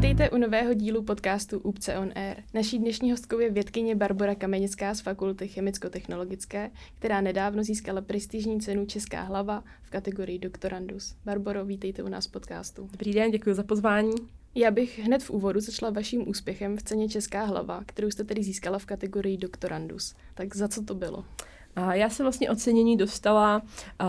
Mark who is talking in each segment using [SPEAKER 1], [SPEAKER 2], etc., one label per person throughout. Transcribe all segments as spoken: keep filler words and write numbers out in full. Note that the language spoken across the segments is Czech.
[SPEAKER 1] Vítejte u nového dílu podcastu Úpce on Air. Naší dnešní hostkou je vědkyně Barbora Kamenická z Fakulty chemicko-technologické, která nedávno získala prestižní cenu Česká hlava v kategorii Doktorandus. Barboro, vítejte u nás v podcastu.
[SPEAKER 2] Dobrý den, děkuji za pozvání.
[SPEAKER 1] Já bych hned v úvodu začala vaším úspěchem v ceně Česká hlava, kterou jste tedy získala v kategorii Doktorandus. Tak za co to bylo?
[SPEAKER 2] Já jsem vlastně ocenění dostala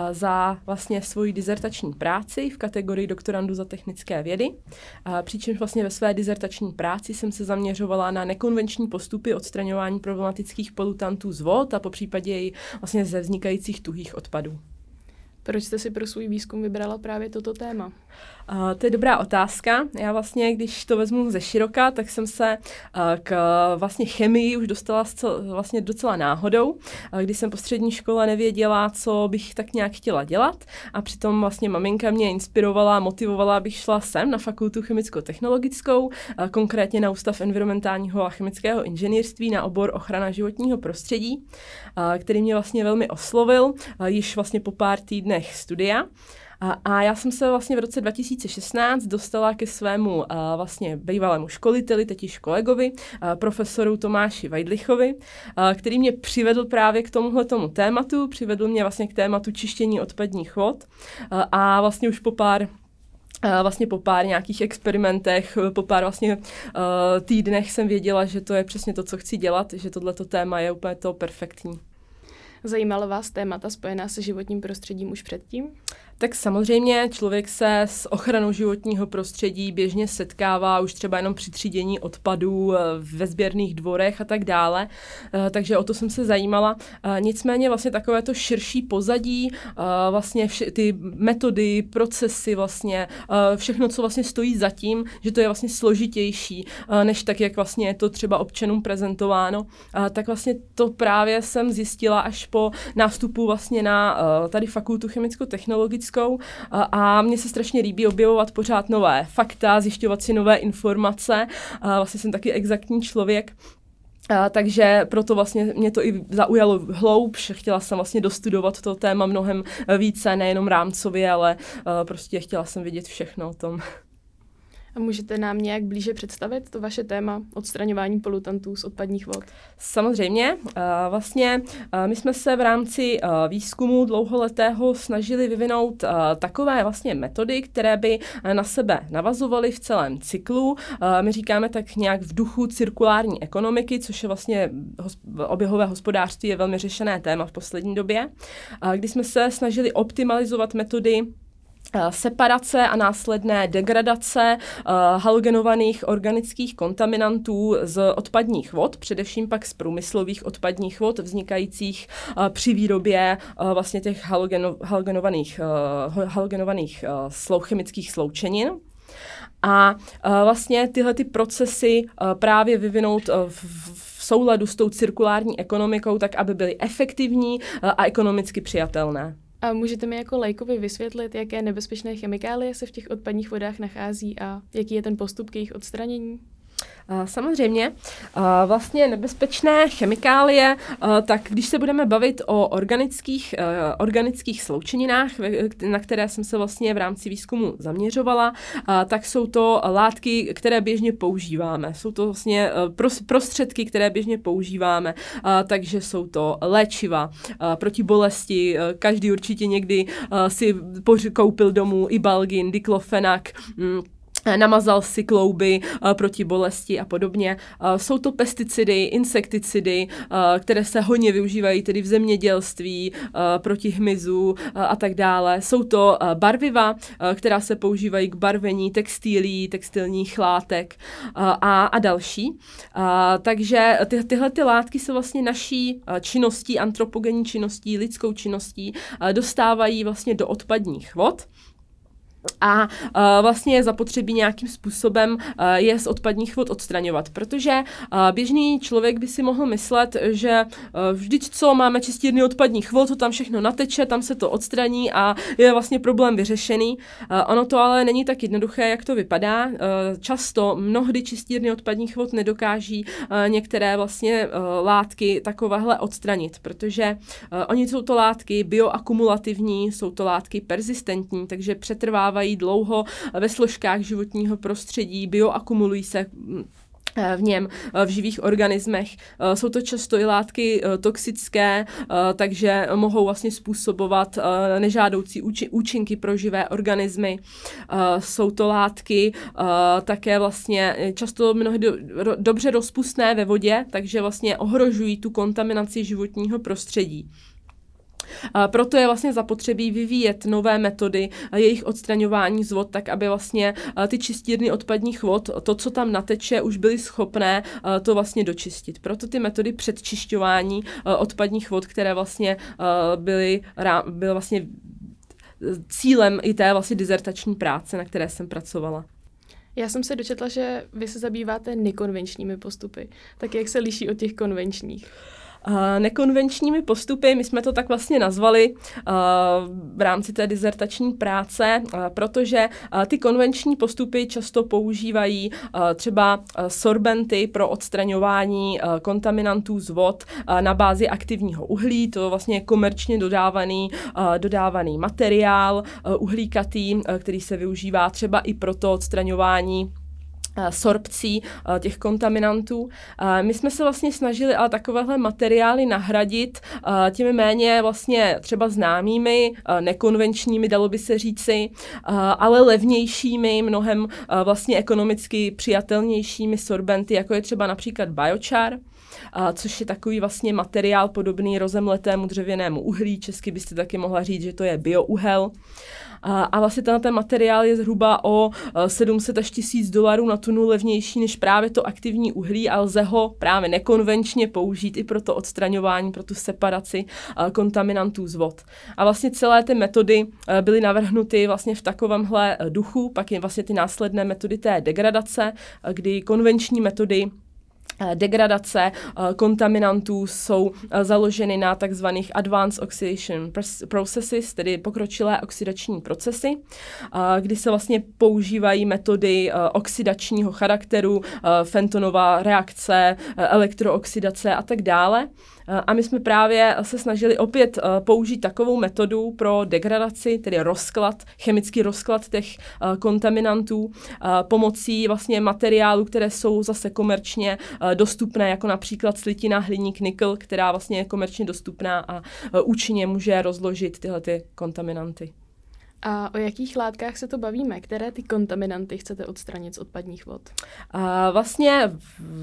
[SPEAKER 2] za vlastně svoji dizertační práci v kategorii doktorandus za technické vědy. Přičemž vlastně ve své dizertační práci jsem se zaměřovala na nekonvenční postupy odstraňování problematických polutantů z vod a popřípadě i vlastně ze vznikajících tuhých odpadů.
[SPEAKER 1] Proč jste si pro svůj výzkum vybrala právě toto téma?
[SPEAKER 2] Uh, to je dobrá otázka. Já vlastně, když to vezmu ze široka, tak jsem se uh, k vlastně chemii už dostala zcela, vlastně docela náhodou, uh, když jsem po střední škole nevěděla, co bych tak nějak chtěla dělat, a přitom vlastně maminka mě inspirovala, motivovala, abych šla sem na Fakultu chemicko-technologickou, uh, konkrétně na Ústav environmentálního a chemického inženýrství na obor ochrana životního prostředí, uh, který mě vlastně velmi oslovil, uh, již vlastně po pár týdnech studia. A, a já jsem se vlastně v roce dva tisíce šestnáct dostala ke svému uh, vlastně bývalému školiteli, teď již kolegovi, uh, profesoru Tomáši Vajdlichovi, uh, který mě přivedl právě k tomuhletomu tématu, přivedl mě vlastně k tématu čištění odpadních vod uh, a vlastně už po pár Uh, vlastně po pár nějakých experimentech, po pár vlastně uh, týdnech jsem věděla, že to je přesně to, co chci dělat, že tohleto téma je úplně to perfektní.
[SPEAKER 1] Zajímala vás témata spojená se životním prostředím už předtím?
[SPEAKER 2] Tak samozřejmě člověk se s ochranou životního prostředí běžně setkává už třeba jenom při třídění odpadů ve sběrných dvorech a tak dále, takže o to jsem se zajímala. Nicméně vlastně takové to širší pozadí, vlastně vše, ty metody, procesy, vlastně všechno, co vlastně stojí za tím, že to je vlastně složitější, než tak, jak vlastně je to třeba občanům prezentováno, tak vlastně to právě jsem zjistila až po nástupu vlastně na tady Fakultu chemicko-technologickou. A mně se strašně líbí objevovat pořád nové fakta, zjišťovat si nové informace. A vlastně jsem taky exaktní člověk. A takže proto vlastně mě to i zaujalo hloubš. Chtěla jsem vlastně dostudovat to téma mnohem více, nejenom rámcově, ale prostě chtěla jsem vědět všechno o tom.
[SPEAKER 1] A můžete nám nějak blíže představit to vaše téma odstraňování polutantů z odpadních vod?
[SPEAKER 2] Samozřejmě. Vlastně my jsme se v rámci výzkumu dlouholetého snažili vyvinout takové vlastně metody, které by na sebe navazovaly v celém cyklu. My říkáme tak nějak v duchu cirkulární ekonomiky, což je vlastně oběhové hospodářství, je velmi řešené téma v poslední době, kdy jsme se snažili optimalizovat metody separace a následné degradace uh, halogenovaných organických kontaminantů z odpadních vod, především pak z průmyslových odpadních vod vznikajících uh, při výrobě uh, vlastně těch halogeno, halogenovaných, uh, halogenovaných uh, slou, chemických sloučenin. A uh, vlastně tyhle ty procesy uh, právě vyvinout uh, v, v souladu s tou cirkulární ekonomikou, tak aby byly efektivní uh, a ekonomicky přijatelné.
[SPEAKER 1] A můžete mi jako laikovi vysvětlit, jaké nebezpečné chemikálie se v těch odpadních vodách nachází a jaký je ten postup k jejich odstranění?
[SPEAKER 2] Samozřejmě. Vlastně nebezpečné chemikálie, tak když se budeme bavit o organických, organických sloučeninách, na které jsem se vlastně v rámci výzkumu zaměřovala, tak jsou to látky, které běžně používáme. Jsou to vlastně prostředky, které běžně používáme, takže jsou to léčiva proti bolesti. Každý určitě někdy si koupil domů Ibalgin, diklofenak, namazal si klouby uh, proti bolesti a podobně. Uh, jsou to pesticidy, insekticidy, uh, které se hodně využívají tedy v zemědělství, uh, proti hmyzu uh, a tak dále. Jsou to uh, barviva, uh, která se používají k barvení textilí, textilních látek uh, a, a další. Uh, takže ty, tyhle ty látky se vlastně naší uh, činností, antropogenní činností, lidskou činností uh, dostávají vlastně do odpadních vod. A uh, vlastně je zapotřebí nějakým způsobem uh, je z odpadních vod odstraňovat, protože uh, běžný člověk by si mohl myslet, že uh, vždyť co, máme čistírny odpadních vod, to tam všechno nateče, tam se to odstraní a je vlastně problém vyřešený. Uh, ono to ale není tak jednoduché, jak to vypadá. Uh, často mnohdy čistírny odpadních vod nedokáží uh, některé vlastně uh, látky takovéhle odstranit, protože uh, oni jsou to látky bioakumulativní, jsou to látky persistentní, takže přetrvávají zůstávají dlouho ve složkách životního prostředí, bioakumulují se v něm, v živých organismech. Jsou to často i látky toxické, takže mohou vlastně způsobovat nežádoucí účinky pro živé organismy. Jsou to látky také vlastně často mnohdy do, dobře rozpustné ve vodě, takže vlastně ohrožují tu kontaminaci životního prostředí. Proto je vlastně zapotřebí vyvíjet nové metody jejich odstraňování z vod, tak aby vlastně ty čistírny odpadních vod, to, co tam nateče, už byly schopné to vlastně dočistit. Proto ty metody předčišťování odpadních vod, které vlastně byly, byly vlastně cílem i té vlastně dizertační práce, na které jsem pracovala.
[SPEAKER 1] Já jsem se dočetla, že vy se zabýváte nekonvenčními postupy. Tak jak se liší od těch konvenčních?
[SPEAKER 2] Uh, nekonvenčními postupy, my jsme to tak vlastně nazvali uh, v rámci té dizertační práce, uh, protože uh, ty konvenční postupy často používají uh, třeba uh, sorbenty pro odstraňování uh, kontaminantů z vod uh, na bázi aktivního uhlí, to vlastně je komerčně dodávaný, uh, dodávaný materiál uh, uhlíkatý, uh, který se využívá třeba i pro to odstraňování sorpcí těch kontaminantů. My jsme se vlastně snažili ale takovéhle materiály nahradit těmi méně vlastně třeba známými, nekonvenčními, dalo by se říci, ale levnějšími, mnohem vlastně ekonomicky přijatelnějšími sorbenty, jako je třeba například biochar, což je takový vlastně materiál podobný rozemletému dřevěnému uhlí. Česky byste taky mohla říct, že to je biouhel. A vlastně ten materiál je zhruba o sedm set až tisíc dolarů na tunu levnější než právě to aktivní uhlí a lze ho právě nekonvenčně použít i pro to odstraňování, pro tu separaci kontaminantů z vod. A vlastně celé ty metody byly navrhnuty vlastně v takovémhle duchu, pak je vlastně ty následné metody té degradace, kdy konvenční metody degradace kontaminantů jsou založeny na takzvaných advanced oxidation processes, tedy pokročilé oxidační procesy, kdy se vlastně používají metody oxidačního charakteru, Fentonová reakce, elektrooxidace a tak dále. A my jsme právě se snažili opět použít takovou metodu pro degradaci, tedy rozklad, chemický rozklad těch kontaminantů pomocí vlastně materiálů, které jsou zase komerčně dostupné, jako například slitina hliník nikl, která vlastně je komerčně dostupná a účinně může rozložit tyhle ty kontaminanty.
[SPEAKER 1] A o jakých látkách se to bavíme? Které ty kontaminanty chcete odstranit z odpadních vod?
[SPEAKER 2] A vlastně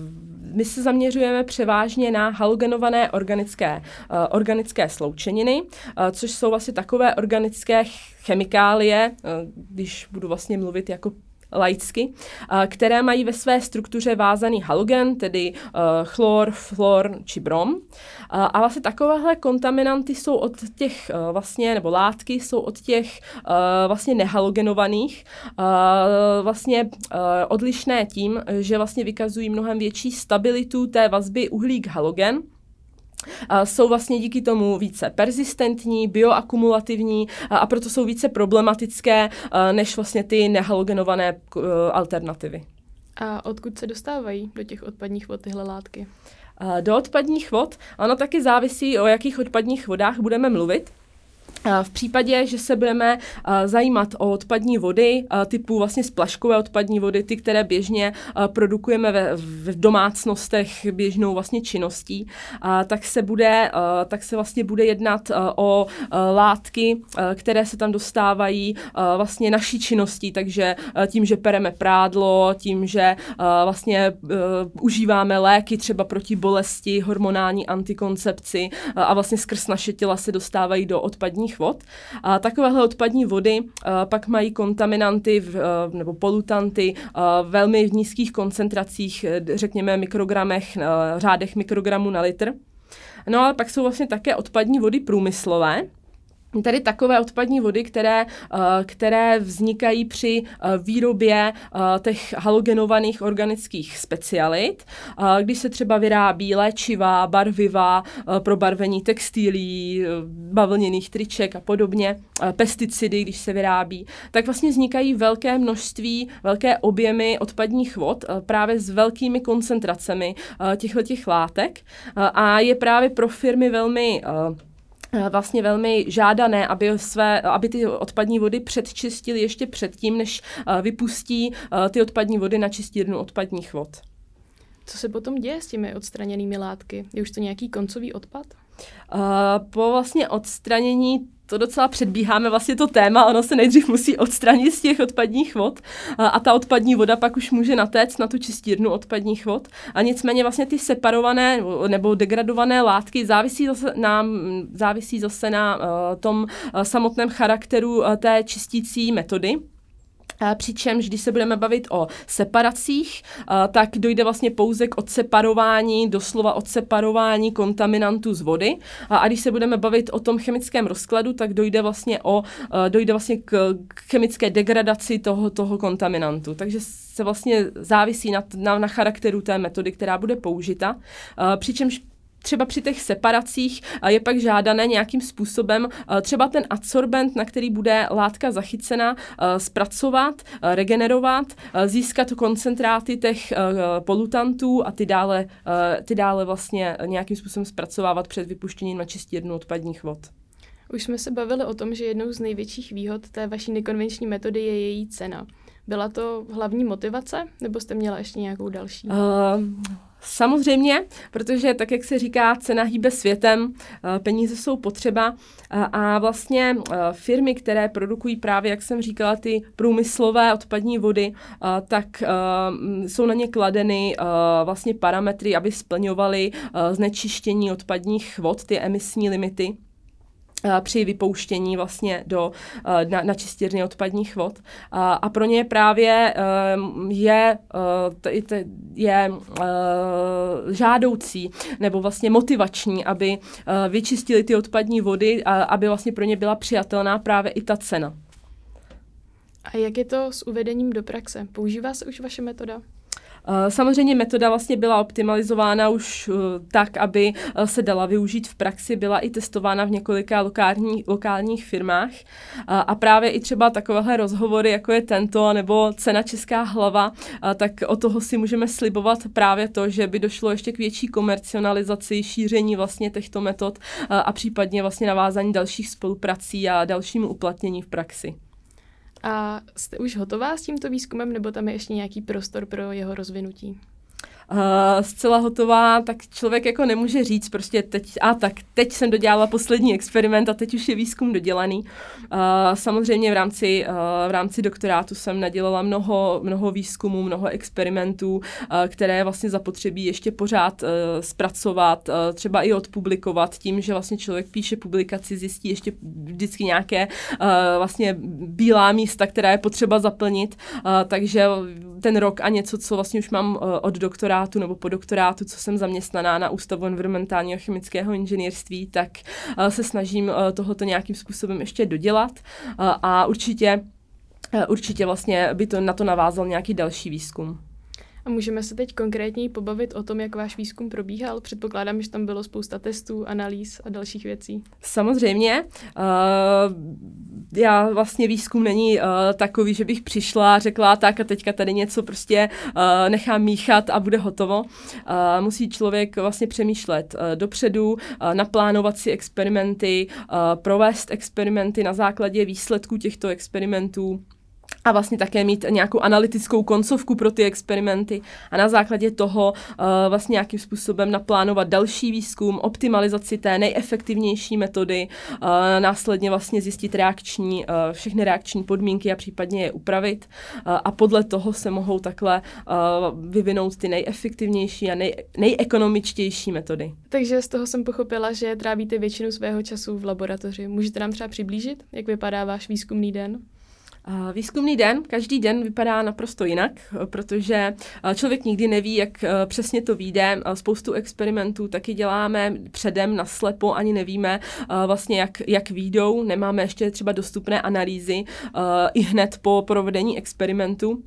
[SPEAKER 2] my se zaměřujeme převážně na halogenované organické, uh, organické sloučeniny, uh, což jsou vlastně takové organické chemikálie, uh, když budu vlastně mluvit jako laicky, které mají ve své struktuře vázaný halogen, tedy uh, chlor, fluor či brom. Uh, a vlastně takovéhle kontaminanty jsou od těch uh, vlastně, nebo látky jsou od těch uh, vlastně nehalogenovaných uh, vlastně uh, odlišné tím, že vlastně vykazují mnohem větší stabilitu té vazby uhlík-halogen. Uh, jsou vlastně díky tomu více persistentní, bioakumulativní uh, a proto jsou více problematické uh, než vlastně ty nehalogenované uh, alternativy.
[SPEAKER 1] A odkud se dostávají do těch odpadních vod tyhle látky?
[SPEAKER 2] Uh, do odpadních vod, ono taky závisí, o jakých odpadních vodách budeme mluvit. V případě, že se budeme uh, zajímat o odpadní vody, uh, typu vlastně splaškové odpadní vody, ty, které běžně uh, produkujeme ve, v domácnostech běžnou vlastně činností, uh, tak se bude, uh, tak se vlastně bude jednat uh, o uh, látky, uh, které se tam dostávají uh, vlastně naší činností, takže uh, tím, že pereme prádlo, tím, že uh, vlastně uh, užíváme léky třeba proti bolesti, hormonální antikoncepci uh, a vlastně skrz naše těla se dostávají do odpadních vod. A takovéhle odpadní vody a, pak mají kontaminanty v, a, nebo polutanty a, velmi v nízkých koncentracích, řekněme mikrogramech, a, řádech mikrogramů na litr. No ale pak jsou vlastně také odpadní vody průmyslové. Tady takové odpadní vody, které, které vznikají při výrobě těch halogenovaných organických specialit, když se třeba vyrábí léčiva, barviva pro barvení textilí, bavlněných triček a podobně, pesticidy, když se vyrábí, tak vlastně vznikají velké množství, velké objemy odpadních vod právě s velkými koncentracemi těchto látek a je právě pro firmy velmi vlastně velmi žádané, aby, své, aby ty odpadní vody předčistili ještě předtím, než vypustí ty odpadní vody na čistírnu odpadních vod.
[SPEAKER 1] Co se potom děje s těmi odstraněnými látky? Je už to nějaký koncový odpad?
[SPEAKER 2] Uh, po vlastně odstranění to docela předbíháme vlastně to téma, ono se nejdřív musí odstranit z těch odpadních vod a, a ta odpadní voda pak už může natéct na tu čistírnu odpadních vod. A nicméně vlastně ty separované nebo degradované látky závisí zase na, závisí zase na uh, tom uh, samotném charakteru uh, té čistící metody. Přičemž, když se budeme bavit o separacích, tak dojde vlastně pouze k odseparování, doslova odseparování kontaminantů z vody. A když se budeme bavit o tom chemickém rozkladu, tak dojde vlastně, o, dojde vlastně k, k chemické degradaci toho, toho kontaminantu. Takže se vlastně závisí na, na, na charakteru té metody, která bude použita. Přičemž třeba při těch separacích je pak žádané nějakým způsobem třeba ten adsorbent, na který bude látka zachycena, zpracovat, regenerovat, získat koncentráty těch polutantů a ty dále, ty dále vlastně nějakým způsobem zpracovávat před vypuštěním na čistírnu odpadních vod.
[SPEAKER 1] Už jsme se bavili o tom, že jednou z největších výhod té vaší nekonvenční metody je její cena. Byla to hlavní motivace, nebo jste měla ještě nějakou další? Uh...
[SPEAKER 2] Samozřejmě, protože tak, jak se říká, cena hýbe světem, peníze jsou potřeba a vlastně firmy, které produkují právě, jak jsem říkala, ty průmyslové odpadní vody, tak jsou na ně kladeny vlastně parametry, aby splňovaly znečištění odpadních vod, ty emisní limity při vypouštění vlastně do, na, na čistírny odpadních vod. A, a pro ně právě je, je, je žádoucí nebo vlastně motivační, aby vyčistili ty odpadní vody a aby vlastně pro ně byla přijatelná právě i ta cena.
[SPEAKER 1] A jak je to s uvedením do praxe? Používá se už vaše metoda?
[SPEAKER 2] Samozřejmě metoda vlastně byla optimalizována už tak, aby se dala využít v praxi, byla i testována v několika lokální, lokálních firmách a právě i třeba takovéhle rozhovory, jako je tento, nebo cena Česká hlava, tak od toho si můžeme slibovat právě to, že by došlo ještě k větší komercionalizaci, šíření vlastně těchto metod a případně vlastně navázání dalších spoluprací a dalšímu uplatnění v praxi.
[SPEAKER 1] A jste už hotová s tímto výzkumem, nebo tam je ještě nějaký prostor pro jeho rozvinutí?
[SPEAKER 2] Uh, zcela hotová, tak člověk jako nemůže říct prostě teď, a tak teď jsem dodělala poslední experiment a teď už je výzkum dodělaný. Uh, samozřejmě v rámci, uh, v rámci doktorátu jsem nadělala mnoho, mnoho výzkumů, mnoho experimentů, uh, které vlastně zapotřebí ještě pořád uh, zpracovat, uh, třeba i odpublikovat tím, že vlastně člověk píše publikaci, zjistí ještě vždycky nějaké uh, vlastně bílá místa, která je potřeba zaplnit, uh, takže ten rok a něco, co vlastně už mám uh, od doktorátu nebo po doktorátu, co jsem zaměstnaná na Ústavu environmentálního a chemického inženýrství, tak uh, se snažím uh, tohoto nějakým způsobem ještě dodělat uh, a určitě, uh, určitě vlastně by to na to navázal nějaký další výzkum.
[SPEAKER 1] A můžeme se teď konkrétněji pobavit o tom, jak váš výzkum probíhal? Předpokládám, že tam bylo spousta testů, analýz a dalších věcí.
[SPEAKER 2] Samozřejmě. Uh, já vlastně výzkum není uh, takový, že bych přišla a řekla tak a teďka tady něco prostě uh, nechám míchat a bude hotovo. Uh, musí člověk vlastně přemýšlet uh, dopředu, uh, naplánovat si experimenty, uh, provést experimenty na základě výsledků těchto experimentů a vlastně také mít nějakou analytickou koncovku pro ty experimenty a na základě toho uh, vlastně nějakým způsobem naplánovat další výzkum, optimalizaci té nejefektivnější metody, uh, následně vlastně zjistit reakční, uh, všechny reakční podmínky a případně je upravit uh, a podle toho se mohou takhle uh, vyvinout ty nejefektivnější a nej, nejekonomičtější metody.
[SPEAKER 1] Takže z toho jsem pochopila, že trávíte většinu svého času v laboratoři. Můžete nám třeba přiblížit, jak vypadá váš výzkumný den?
[SPEAKER 2] Výzkumný den, každý den vypadá naprosto jinak, protože člověk nikdy neví, jak přesně to vyjde. Spoustu experimentů taky děláme předem naslepo, ani nevíme vlastně, jak, jak vyjdou. Nemáme ještě třeba dostupné analýzy i hned po provedení experimentu.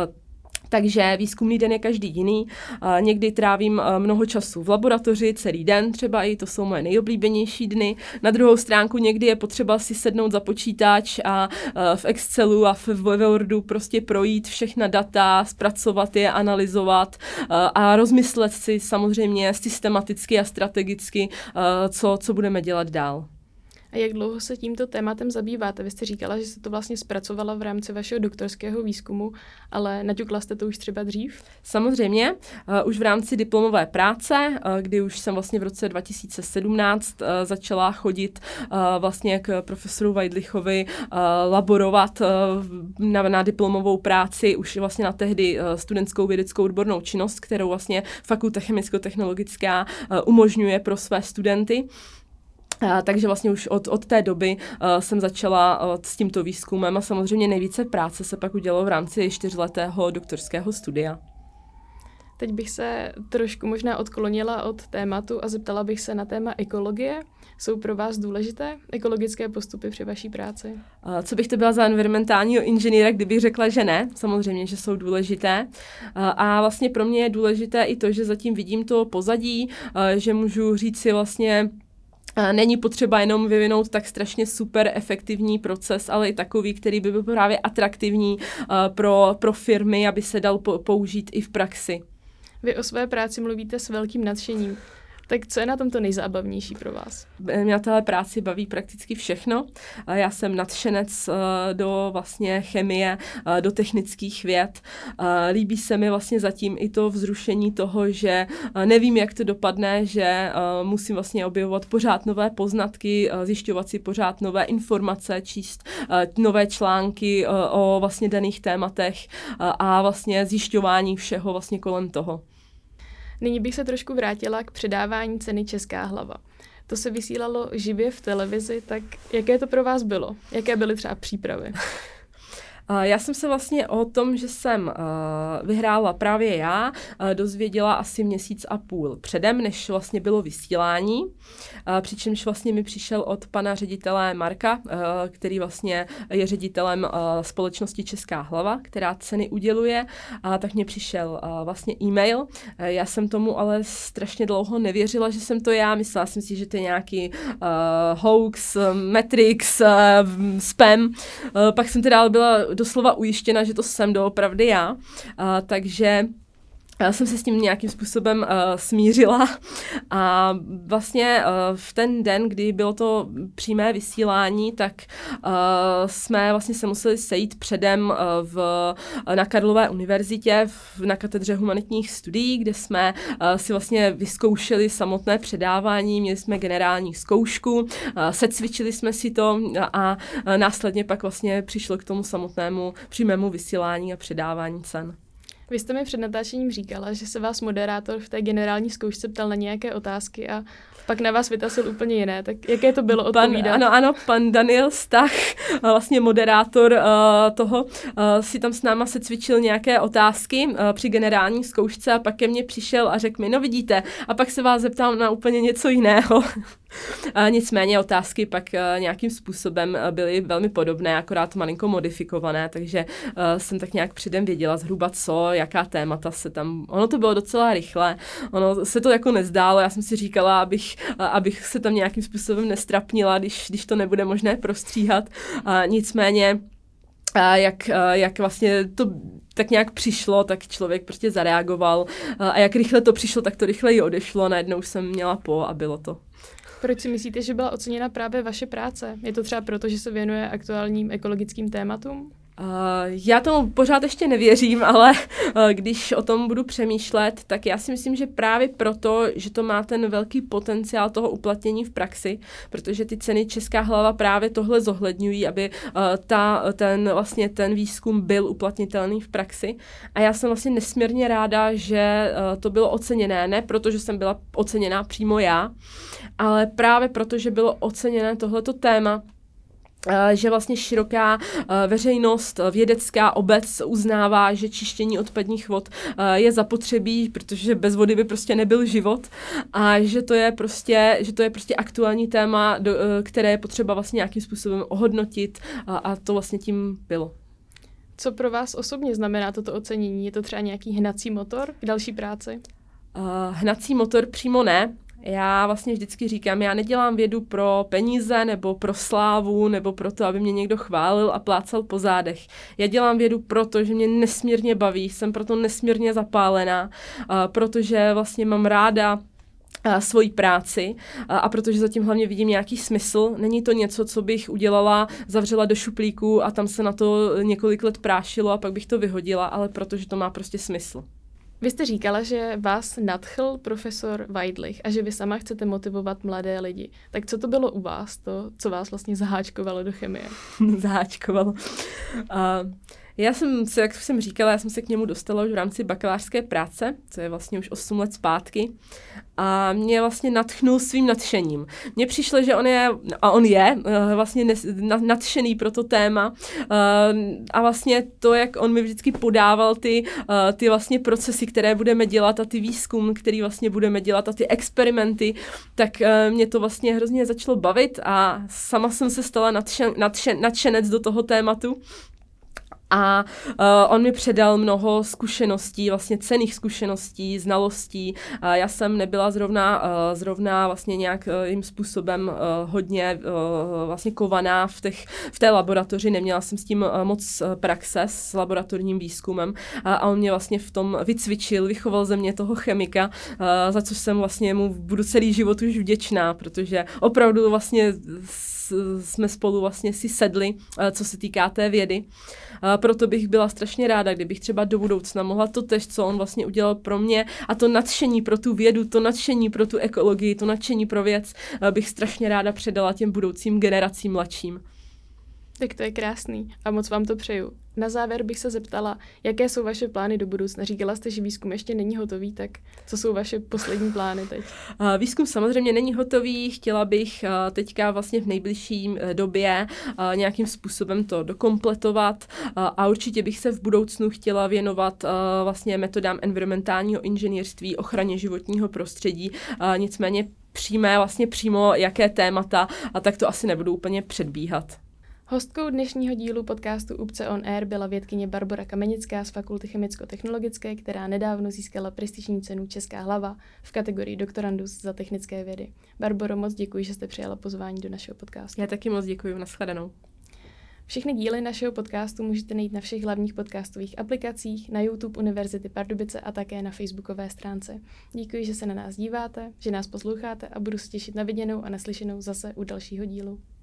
[SPEAKER 2] Takže výzkumný den je každý jiný. A někdy trávím mnoho času v laboratoři, celý den třeba, i to jsou moje nejoblíbenější dny. Na druhou stránku někdy je potřeba si sednout za počítač a v Excelu a v Wordu prostě projít všechna data, zpracovat je, analyzovat a rozmyslet si samozřejmě systematicky a strategicky, co, co budeme dělat dál.
[SPEAKER 1] A jak dlouho se tímto tématem zabýváte? Vy jste říkala, že jste to vlastně zpracovala v rámci vašeho doktorského výzkumu, ale naťukla jste to už třeba dřív?
[SPEAKER 2] Samozřejmě, uh, už v rámci diplomové práce, uh, kdy už jsem vlastně v roce dva tisíce sedmnáct uh, začala chodit uh, vlastně k profesoru Weidlichovi uh, laborovat uh, na, na diplomovou práci, už vlastně na tehdy uh, studentskou vědeckou odbornou činnost, kterou vlastně Fakulta chemicko-technologická uh, umožňuje pro své studenty. Uh, takže vlastně už od, od té doby uh, jsem začala uh, s tímto výzkumem a samozřejmě nejvíce práce se pak udělalo v rámci čtyřletého doktorského studia.
[SPEAKER 1] Teď bych se trošku možná odklonila od tématu a zeptala bych se na téma ekologie. Jsou pro vás důležité ekologické postupy při vaší práci?
[SPEAKER 2] Uh, co bych to byla za environmentálního inženýra, kdybych řekla, že ne? Samozřejmě, že jsou důležité. Uh, a vlastně pro mě je důležité i to, že zatím vidím to pozadí, uh, že můžu říct si vlastně, není potřeba jenom vyvinout tak strašně super efektivní proces, ale i takový, který by byl právě atraktivní uh, pro, pro firmy, aby se dal po, použít i v praxi.
[SPEAKER 1] Vy o své práci mluvíte s velkým nadšením. Tak co je na tomto nejzábavnější pro vás?
[SPEAKER 2] Mě na téhle práci baví prakticky všechno. Já jsem nadšenec do vlastně chemie, do technických věd. Líbí se mi vlastně zatím i to vzrušení toho, že nevím, jak to dopadne, že musím vlastně objevovat pořád nové poznatky, zjišťovat si pořád nové informace, číst nové články o vlastně daných tématech a vlastně zjišťování všeho vlastně kolem toho.
[SPEAKER 1] Nyní bych se trošku vrátila k předávání ceny Česká hlava. To se vysílalo živě v televizi, tak jaké to pro vás bylo? Jaké byly třeba přípravy?
[SPEAKER 2] Já jsem se vlastně o tom, že jsem uh, vyhrála právě já, uh, dozvěděla asi měsíc a půl předem, než vlastně bylo vysílání. Uh, přičemž vlastně mi přišel od pana ředitele Marka, uh, který vlastně je ředitelem uh, společnosti Česká hlava, která ceny uděluje, uh, tak mě přišel uh, vlastně e-mail. Uh, já jsem tomu ale strašně dlouho nevěřila, že jsem to já. Myslela jsem si, že to je nějaký uh, hoax, Matrix, uh, spam. Uh, pak jsem teda byla doslova ujištěna, že to jsem doopravdy já, uh, takže já jsem se s tím nějakým způsobem uh, smířila a vlastně uh, v ten den, kdy bylo to přímé vysílání, tak uh, jsme vlastně se museli sejít předem uh, v, na Karlově univerzitě v, na katedře humanitních studií, kde jsme uh, si vlastně vyzkoušeli samotné předávání, měli jsme generální zkoušku, uh, secvičili jsme si to a uh, následně pak vlastně přišlo k tomu samotnému přímému vysílání a předávání cen.
[SPEAKER 1] Vy jste mi před natáčením říkala, že se vás moderátor v té generální zkoušce ptal na nějaké otázky a pak na vás vytasil úplně jiné. Tak jaké to bylo odpovídat?
[SPEAKER 2] Pan, ano, ano, pan Daniel Stach, vlastně moderátor uh, toho, uh, si tam s náma se cvičil nějaké otázky uh, při generální zkoušce a pak ke mně přišel a řekl mi, no vidíte, a pak se vás zeptám na úplně něco jiného. Uh, nicméně otázky pak uh, nějakým způsobem uh, byly velmi podobné, akorát malinko modifikované, takže uh, jsem tak nějak předem věděla zhruba co, jaká témata se tam, ono to bylo docela rychle, ono se to jako nezdálo, já jsem si říkala, abych, uh, abych se tam nějakým způsobem nestrapnila, když, když to nebude možné prostříhat, uh, nicméně A jak, jak vlastně to tak nějak přišlo, tak člověk prostě zareagoval a jak rychle to přišlo, tak to rychle i odešlo, najednou už jsem měla po a bylo to.
[SPEAKER 1] Proč si myslíte, že byla oceněna právě vaše práce? Je to třeba proto, že se věnuje aktuálním ekologickým tématům?
[SPEAKER 2] Uh, já tomu pořád ještě nevěřím, ale uh, když o tom budu přemýšlet, tak já si myslím, že právě proto, že to má ten velký potenciál toho uplatnění v praxi, protože ty ceny Česká hlava právě tohle zohledňují, aby uh, ta, ten, vlastně ten výzkum byl uplatnitelný v praxi. A já jsem vlastně nesmírně ráda, že uh, to bylo oceněné, ne proto, že jsem byla oceněná přímo já, ale právě proto, že bylo oceněné tohleto téma, že vlastně široká veřejnost, vědecká obec uznává, že čištění odpadních vod je zapotřebí, protože bez vody by prostě nebyl život a že to je prostě, že to je prostě aktuální téma, které je potřeba vlastně nějakým způsobem ohodnotit a to vlastně tím bylo.
[SPEAKER 1] Co pro vás osobně znamená toto ocenění? Je to třeba nějaký hnací motor k další práci?
[SPEAKER 2] Uh, hnací motor přímo ne. Já vlastně vždycky říkám, já nedělám vědu pro peníze nebo pro slávu nebo pro to, aby mě někdo chválil a plácal po zádech. Já dělám vědu proto, že mě nesmírně baví, jsem proto nesmírně zapálená, protože vlastně mám ráda svoji práci a, a protože zatím hlavně vidím nějaký smysl. Není to něco, co bych udělala, zavřela do šuplíku a tam se na to několik let prášilo a pak bych to vyhodila, ale protože to má prostě smysl.
[SPEAKER 1] Vy jste říkala, že vás nadchl profesor Weidlich a že vy sama chcete motivovat mladé lidi. Tak co to bylo u vás, to, co vás vlastně zaháčkovalo do chemie?
[SPEAKER 2] Zaháčkovalo. Uh, Já jsem se, jak jsem říkala, já jsem se k němu dostala už v rámci bakalářské práce, co je vlastně už osm let zpátky. A mě vlastně nadchnul svým nadšením. Mně přišlo, že on je, a on je vlastně nadšený pro to téma. A vlastně to, jak on mi vždycky podával ty, ty vlastně procesy, které budeme dělat a ty výzkum, který vlastně budeme dělat a ty experimenty, tak mě to vlastně hrozně začalo bavit a sama jsem se stala nadšen, nadšen, nadšenec do toho tématu. A uh, on mi předal mnoho zkušeností, vlastně cenných zkušeností, znalostí. Uh, já jsem nebyla zrovna, uh, zrovna vlastně nějakým způsobem uh, hodně uh, vlastně kovaná v, těch, v té laboratoři. Neměla jsem s tím uh, moc praxe s laboratorním výzkumem. Uh, a on mě vlastně v tom vycvičil, vychoval ze mě toho chemika, uh, za což jsem vlastně mu budu celý život už vděčná, protože opravdu vlastně jsme spolu vlastně si sedli, co se týká té vědy. Proto bych byla strašně ráda, kdybych třeba do budoucna mohla to tež, co on vlastně udělal pro mě a to nadšení pro tu vědu, to nadšení pro tu ekologii, to nadšení pro věc bych strašně ráda předala těm budoucím generacím mladším.
[SPEAKER 1] Tak to je krásný a moc vám to přeju. Na závěr bych se zeptala, jaké jsou vaše plány do budoucna? Říkala jste, že výzkum ještě není hotový, tak co jsou vaše poslední plány teď?
[SPEAKER 2] Výzkum samozřejmě není hotový, chtěla bych teďka vlastně v nejbližší době nějakým způsobem to dokompletovat a určitě bych se v budoucnu chtěla věnovat vlastně metodám environmentálního inženýrství, ochraně životního prostředí, nicméně přijmé vlastně přímo jaké témata a tak to asi nebudu úplně předbíhat.
[SPEAKER 1] Hostkou dnešního dílu podcastu UPCE on Air byla vědkyně Barbora Kamenická z Fakulty chemicko-technologické, která nedávno získala prestižní cenu Česká hlava v kategorii doktorandus za technické vědy. Barboro, moc děkuji, že jste přijala pozvání do našeho podcastu.
[SPEAKER 2] Já taky moc děkuji, nashledanou.
[SPEAKER 1] Všechny díly našeho podcastu můžete najít na všech hlavních podcastových aplikacích, na YouTube Univerzity Pardubice a také na facebookové stránce. Děkuji, že se na nás díváte, že nás posloucháte a budu se těšit na viděnou a naslyšenou zase u dalšího dílu.